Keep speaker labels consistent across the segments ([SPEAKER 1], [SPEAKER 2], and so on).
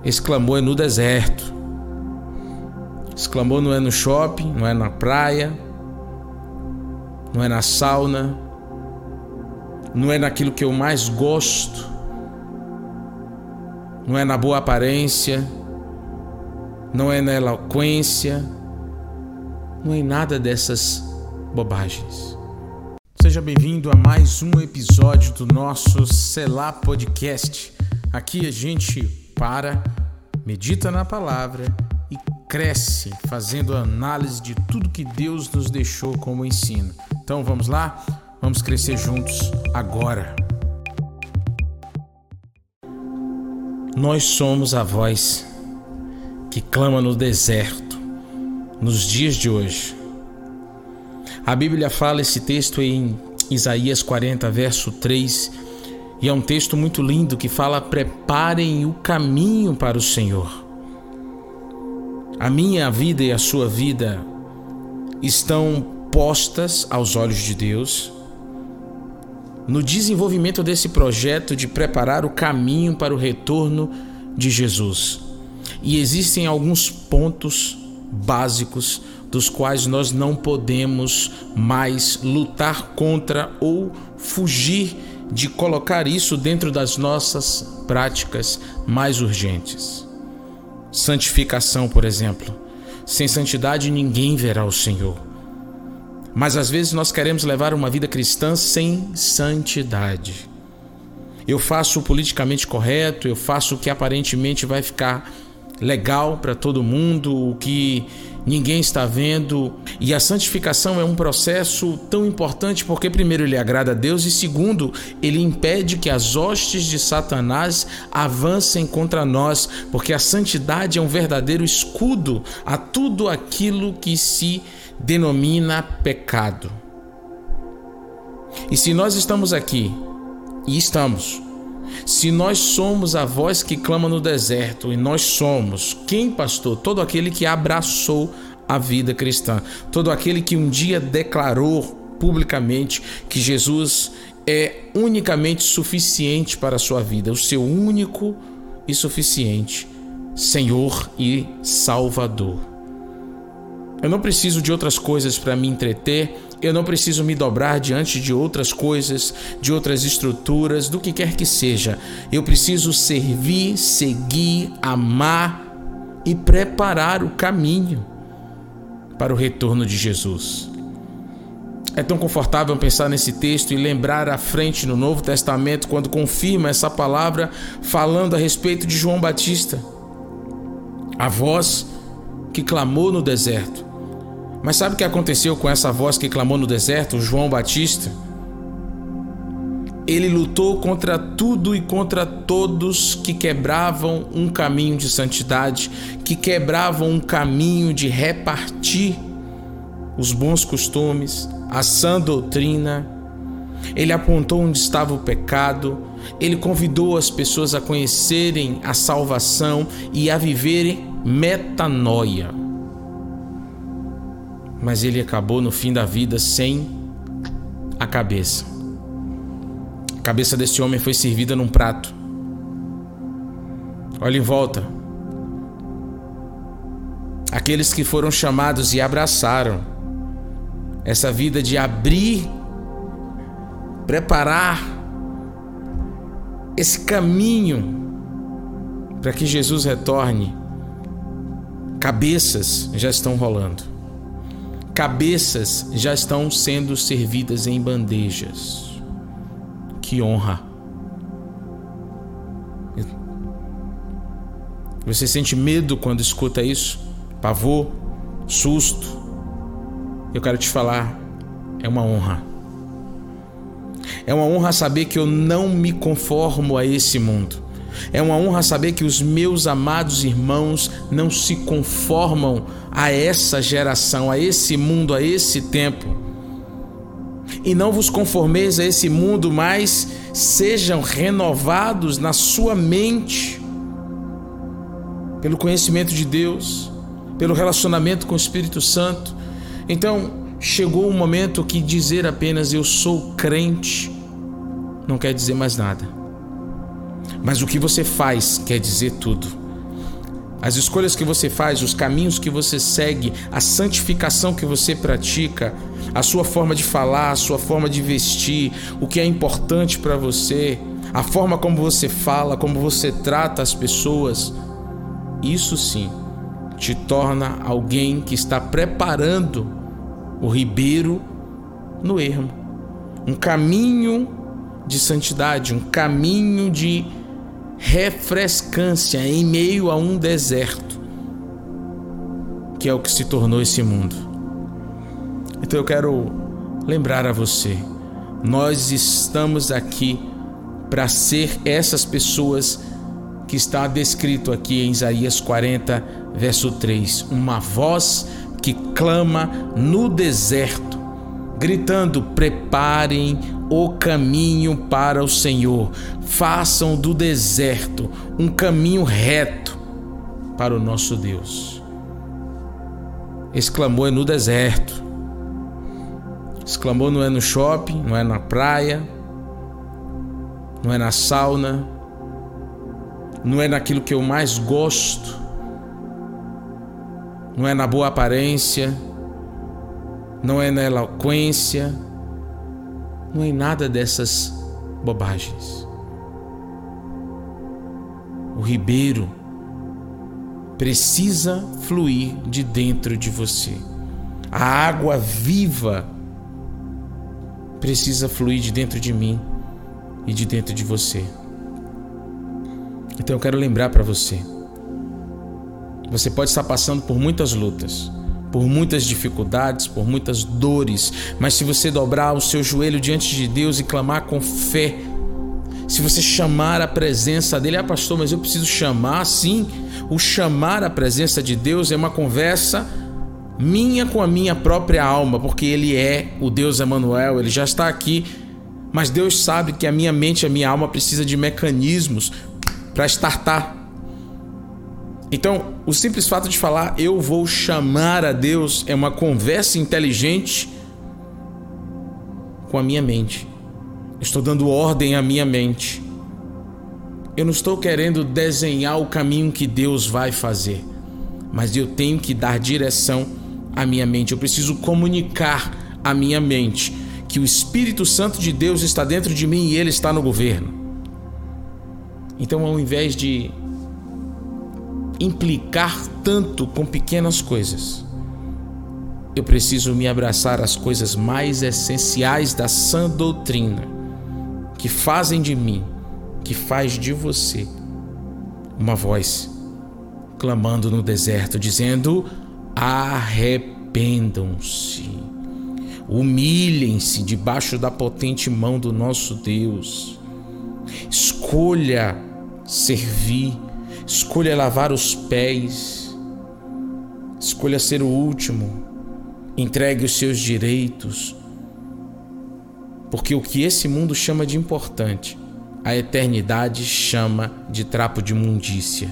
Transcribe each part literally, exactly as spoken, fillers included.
[SPEAKER 1] esse clamor é no deserto. Esse clamor não é no shopping, não é na praia, não é na sauna, não é naquilo que eu mais gosto, não é na boa aparência, não é na eloquência, não é em nada dessas bobagens. Seja bem-vindo a mais um episódio do nosso Selah Podcast. Aqui a gente para, medita na palavra e cresce fazendo a análise de tudo que Deus nos deixou como ensino. Então vamos lá? Vamos crescer juntos agora. Nós somos a voz que clama no deserto, nos dias de hoje. A Bíblia fala esse texto em Isaías quarenta, verso três, e é um texto muito lindo que fala: preparem o caminho para o Senhor. A minha vida e a sua vida estão postas aos olhos de Deus no desenvolvimento desse projeto de preparar o caminho para o retorno de Jesus. E existem alguns pontos básicos dos quais nós não podemos mais lutar contra ou fugir de colocar isso dentro das nossas práticas mais urgentes. Santificação, por exemplo. Sem santidade ninguém verá o Senhor. Mas às vezes nós queremos levar uma vida cristã sem santidade. Eu faço o politicamente correto, eu faço o que aparentemente vai ficar legal para todo mundo, o que ninguém está vendo. E a santificação é um processo tão importante porque, primeiro, ele agrada a Deus e, segundo, ele impede que as hostes de Satanás avancem contra nós, porque a santidade é um verdadeiro escudo a tudo aquilo que se denomina pecado. E se nós estamos aqui, e estamos, se nós somos a voz que clama no deserto, e nós somos, quem, pastor? Todo aquele que abraçou a vida cristã, todo aquele que um dia declarou publicamente que Jesus é unicamente suficiente para a sua vida, o seu único e suficiente Senhor e Salvador. Eu não preciso de outras coisas para me entreter, eu não preciso me dobrar diante de outras coisas, de outras estruturas, do que quer que seja. Eu preciso servir, seguir, amar e preparar o caminho para o retorno de Jesus. É tão confortável pensar nesse texto e lembrar à frente no Novo Testamento, quando confirma essa palavra falando a respeito de João Batista, a voz que clamou no deserto. Mas sabe o que aconteceu com essa voz que clamou no deserto, João Batista? Ele lutou contra tudo e contra todos que quebravam um caminho de santidade, que quebravam um caminho de repartir os bons costumes, a sã doutrina. Ele apontou onde estava o pecado, ele convidou as pessoas a conhecerem a salvação e a viverem metanoia. Mas ele acabou no fim da vida sem a cabeça. A cabeça desse homem foi servida num prato. Olha em volta. Aqueles que foram chamados e abraçaram essa vida de abrir, preparar esse caminho para que Jesus retorne. Cabeças já estão rolando. Cabeças já estão sendo servidas em bandejas. Que honra! Você sente medo quando escuta isso? Pavor? Susto? Eu quero te falar, é uma honra. É uma honra saber que eu não me conformo a esse mundo. É uma honra saber que os meus amados irmãos não se conformam a essa geração, a esse mundo, a esse tempo. E não vos conformeis a esse mundo, mas sejam renovados na sua mente pelo conhecimento de Deus, pelo relacionamento com o Espírito Santo. Então, chegou um momento que dizer apenas eu sou crente não quer dizer mais nada. Mas o que você faz quer dizer tudo. As escolhas que você faz, os caminhos que você segue, a santificação que você pratica, a sua forma de falar, a sua forma de vestir, o que é importante para você, a forma como você fala, como você trata as pessoas, isso sim te torna alguém que está preparando o ribeiro no ermo. Um caminho de santidade, um caminho de refrescância em meio a um deserto, que é o que se tornou esse mundo. Então eu quero lembrar a você, nós estamos aqui para ser essas pessoas que está descrito aqui em Isaías quarenta, verso três, uma voz que clama no deserto, gritando: preparem o caminho para o Senhor, façam do deserto um caminho reto para o nosso Deus. Esse clamor é no deserto. Esse clamor não é no shopping, não é na praia, não é na sauna, não é naquilo que eu mais gosto, não é na boa aparência, não é na eloquência, não é em nada dessas bobagens. O ribeiro precisa fluir de dentro de você. A água viva precisa fluir de dentro de mim e de dentro de você. Então eu quero lembrar para você, você pode estar passando por muitas lutas, por muitas dificuldades, por muitas dores, mas se você dobrar o seu joelho diante de Deus e clamar com fé, se você chamar a presença dele: ah, pastor, mas eu preciso chamar. Sim, o chamar a presença de Deus é uma conversa minha com a minha própria alma, porque ele é o Deus Emanuel, ele já está aqui, mas Deus sabe que a minha mente, a minha alma precisa de mecanismos para startar. Então, o simples fato de falar eu vou chamar a Deus é uma conversa inteligente com a minha mente. Estou dando ordem à minha mente. Eu não estou querendo desenhar o caminho que Deus vai fazer, mas eu tenho que dar direção à minha mente. Eu preciso comunicar à minha mente que o Espírito Santo de Deus está dentro de mim e ele está no governo. Então, ao invés de implicar tanto com pequenas coisas, eu preciso me abraçar às coisas mais essenciais da sã doutrina, que fazem de mim, que faz de você, uma voz clamando no deserto, dizendo: arrependam-se, humilhem-se debaixo da potente mão do nosso Deus. Escolha servir, escolha lavar os pés, escolha ser o último, entregue os seus direitos, porque o que esse mundo chama de importante, a eternidade chama de trapo de imundícia.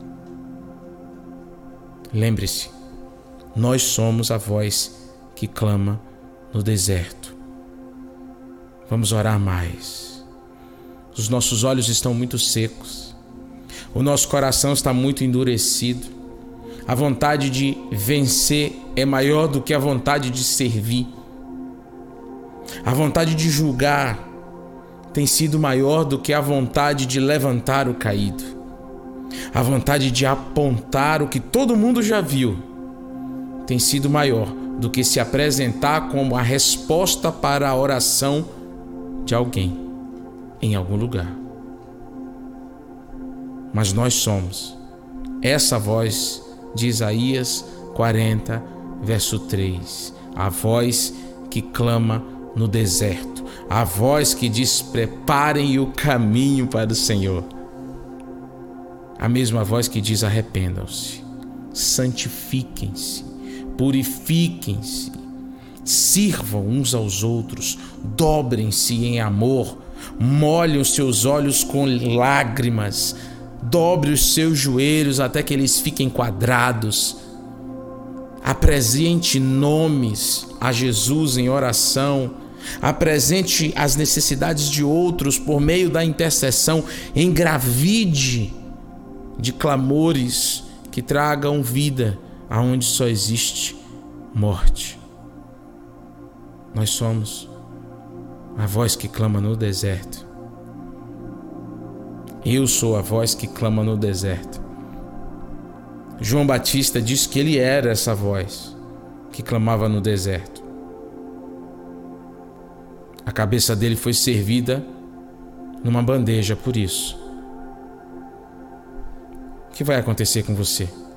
[SPEAKER 1] Lembre-se, nós somos a voz que clama no deserto. Vamos orar mais. Os nossos olhos estão muito secos, o nosso coração está muito endurecido. A vontade de vencer é maior do que a vontade de servir. A vontade de julgar tem sido maior do que a vontade de levantar o caído. A vontade de apontar o que todo mundo já viu tem sido maior do que se apresentar como a resposta para a oração de alguém em algum lugar. Mas nós somos essa voz de Isaías quarenta, verso três, a voz que clama no deserto, a voz que diz: preparem o caminho para o Senhor. A mesma voz que diz: arrependam-se, santifiquem-se, purifiquem-se, sirvam uns aos outros, dobrem-se em amor, molhem os seus olhos com lágrimas, dobre os seus joelhos até que eles fiquem quadrados. Apresente nomes a Jesus em oração. Apresente as necessidades de outros por meio da intercessão. Engravide de clamores que tragam vida aonde só existe morte. Nós somos a voz que clama no deserto. Eu sou a voz que clama no deserto. João Batista disse que ele era essa voz que clamava no deserto. A cabeça dele foi servida numa bandeja por isso. O que vai acontecer com você?